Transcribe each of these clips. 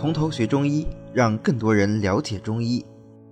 从头学中医，让更多人了解中医。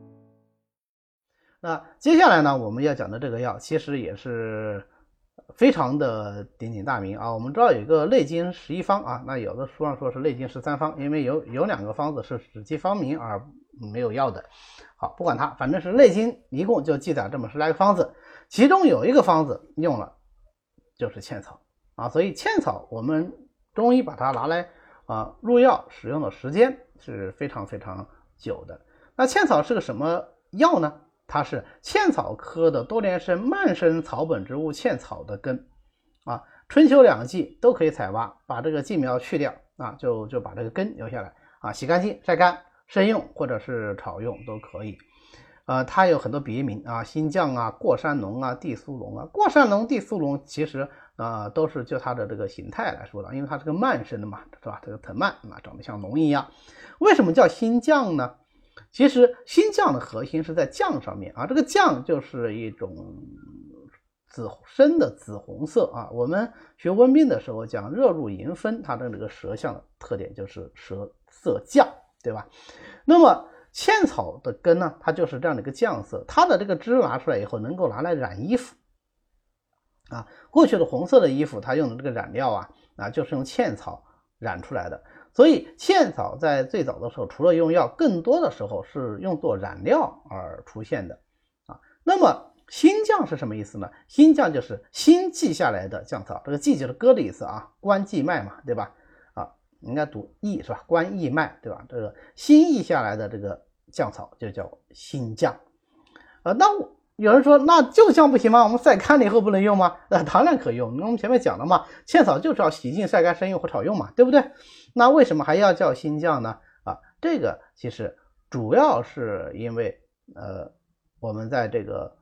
那接下来呢，我们要讲的这个药其实也是非常的鼎鼎大名啊。我们知道有一个内经11方啊，那有的书上说是内经13方，因为有2个方子是只记方名而没有药的。好，不管它，反正是内经一共就记载这么10来个方子，其中有一个方子用了就是茜草啊，所以茜草我们中医把它拿来入药使用的时间是非常非常久的。那茜草是个什么药呢？它是茜草科的多年生慢生草本植物茜草的根啊，春秋2季都可以采挖，把这个茎苗去掉啊，就把这个根留下来啊，洗干净晒干生用或者是炒用都可以。它有很多别名啊，新绛啊、过山龙啊、地苏龙啊。过山龙、地苏龙其实都是就它的这个形态来说的，因为它是个慢生的嘛，是吧？这个藤蔓啊，长得像龙一样。为什么叫新绛呢？其实新绛的核心是在绛上面啊，这个绛就是一种深的紫红色啊。我们学温病的时候讲热入营分，它的这个舌象的特点就是舌色绛，对吧？那么茜草的根呢，它就是这样的一个绛色，它的这个汁拿出来以后能够拿来染衣服啊。过去的红色的衣服它用的这个染料就是用茜草染出来的，所以茜草在最早的时候除了用药，更多的时候是用作染料而出现的啊。那么新绛是什么意思呢？新绛就是新记下来的绛草，这个记就是歌的意思啊，关记脉嘛，对吧？应该读益是吧？关益脉，对吧？这个新译下来的这个绛草就叫新绛。那有人说，那就绛不行吗？我们晒干了以后不能用吗？当然可以用，我们前面讲了嘛，茜草就是要洗净晒干生用或炒用嘛，对不对？那为什么还要叫新绛呢？这个其实主要是因为我们在这个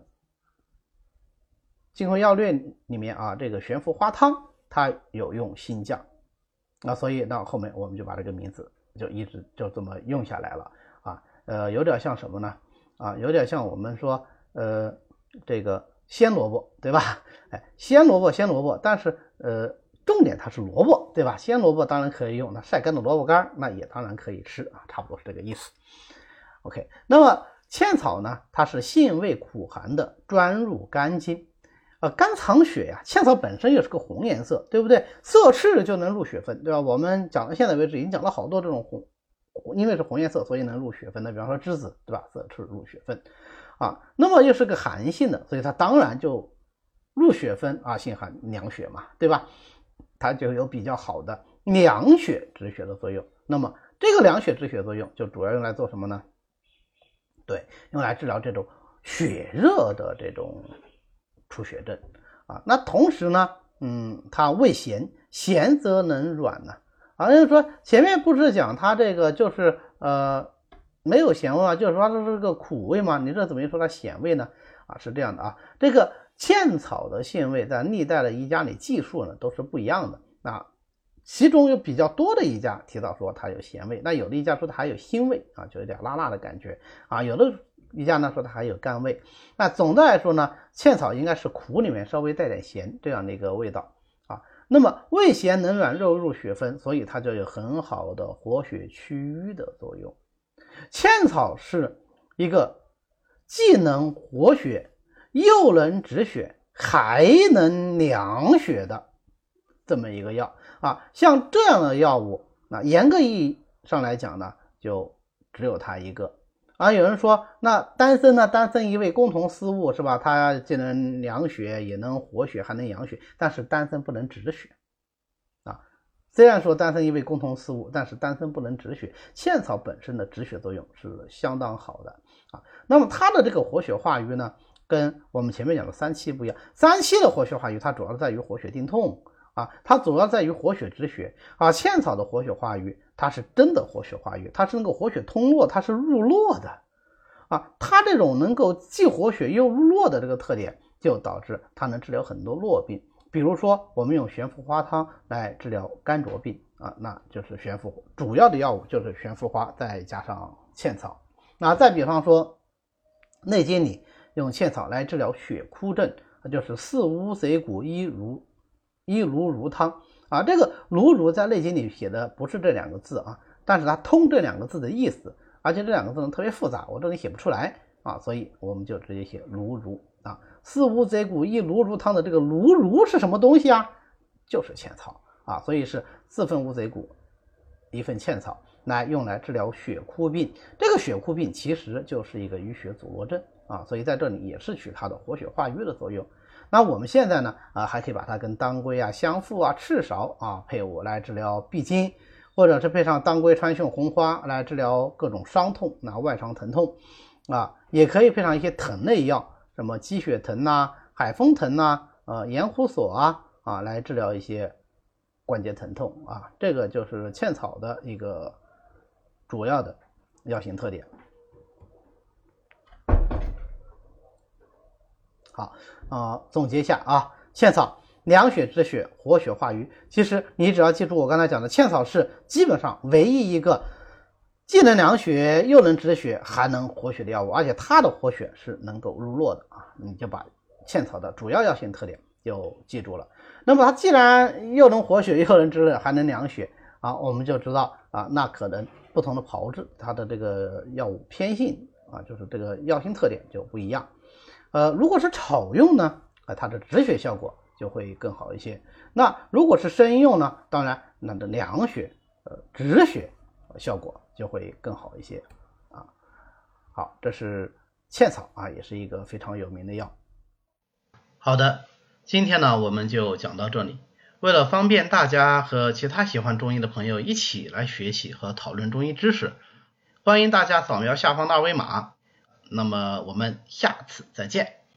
金匮要略里面这个悬浮花汤它有用新绛。所以到后面我们就把这个名字就一直就这么用下来了有点像什么呢？有点像我们说这个鲜萝卜，对吧？鲜萝卜，但是重点它是萝卜，对吧？鲜萝卜当然可以用，那晒干的萝卜干那也当然可以吃差不多是这个意思。OK， 那么茜草呢，它是性味苦寒的，专入肝经。肝藏血呀，茜草本身又是个红颜色，对不对？色赤就能入血分，对吧？我们讲到现在为止已经讲了好多这种因为是红颜色所以能入血分的，比方说栀子，对吧？色赤入血分那么又是个寒性的，所以它当然就入血分性寒凉血嘛，对吧？它就有比较好的凉血止血的作用。那么这个凉血止血作用就主要用来做什么呢？对，用来治疗这种血热的这种出血症那同时呢它味咸，咸则能软呢就是说前面不是讲它这个就是没有咸味嘛，就是说它是个苦味嘛，你这怎么说它咸味呢？是这样的这个茜草的性味在历代的医家里记述呢都是不一样的其中有比较多的医家提到说它有咸味，那有的医家说它还有腥味就有点辣辣的感觉有的医家呢说它还有甘味。那总的来说呢，茜草应该是苦里面稍微带点咸这样的一个味道那么味咸能软，肉入血分，所以它就有很好的活血祛瘀的作用。茜草是一个既能活血又能止血还能凉血的这么一个药像这样的药物严格意义上来讲呢就只有它一个有人说那丹参呢？丹参一味共同思物是吧？它既能凉血也能活血还能养血，但是丹参不能止血虽然说丹参一味共同思物，但是丹参不能止血，茜草本身的止血作用是相当好的那么它的这个活血化瘀呢跟我们前面讲的三七不一样，三七的活血化瘀它主要在于活血定痛它主要在于活血止血茜草的活血化瘀它是真的活血化瘀，它是能够活血通络，它是入络的它这种能够既活血又入络的这个特点就导致它能治疗很多络病。比如说我们用悬浮花汤来治疗肝浊病那就是悬浮主要的药物就是悬浮花再加上茜草。那再比方说内经里用茜草来治疗血枯症，就是四乌贼骨一炉如汤这个炉如在内经里写的不是这2个字但是它通这两个字的意思，而且这两个字呢特别复杂，我这里写不出来啊，所以我们就直接写卢儒啊。四乌贼骨一卢儒汤的这个卢儒是什么东西啊？就是茜草啊，所以是4份乌贼骨1份茜草，来用来治疗血枯病。这个血枯病其实就是一个淤血阻络症啊，所以在这里也是起它的活血化瘀的作用。那我们现在呢还可以把它跟当归啊、香附啊、赤芍啊配伍来治疗闭经，或者是配上当归、川芎、红花来治疗各种伤痛，外伤疼痛啊，也可以配上一些藤类药，什么鸡血藤啊、海风藤啊、盐胡索啊来治疗一些关节疼痛啊。这个就是茜草的一个主要的药性特点。好总结一下啊，茜草凉血止血，活血化瘀。其实你只要记住我刚才讲的，茜草是基本上唯一一个既能凉血又能止血还能活血的药物，而且它的活血是能够入络的啊，你就把茜草的主要药性特点就记住了。那么它既然又能活血又能止血还能凉血啊，我们就知道啊，那可能不同的炮制它的这个药物偏性啊，就是这个药性特点就不一样。如果是炒用呢，它的止血效果就会更好一些。那如果是生用呢，当然那的凉血止血效果就会更好一些啊。好，这是茜草啊，也是一个非常有名的药。 好的，今天呢我们就讲到这里。为了方便大家和其他喜欢中医的朋友一起来学习和讨论中医知识，欢迎大家扫描下方的二维码。那么我们下次再见。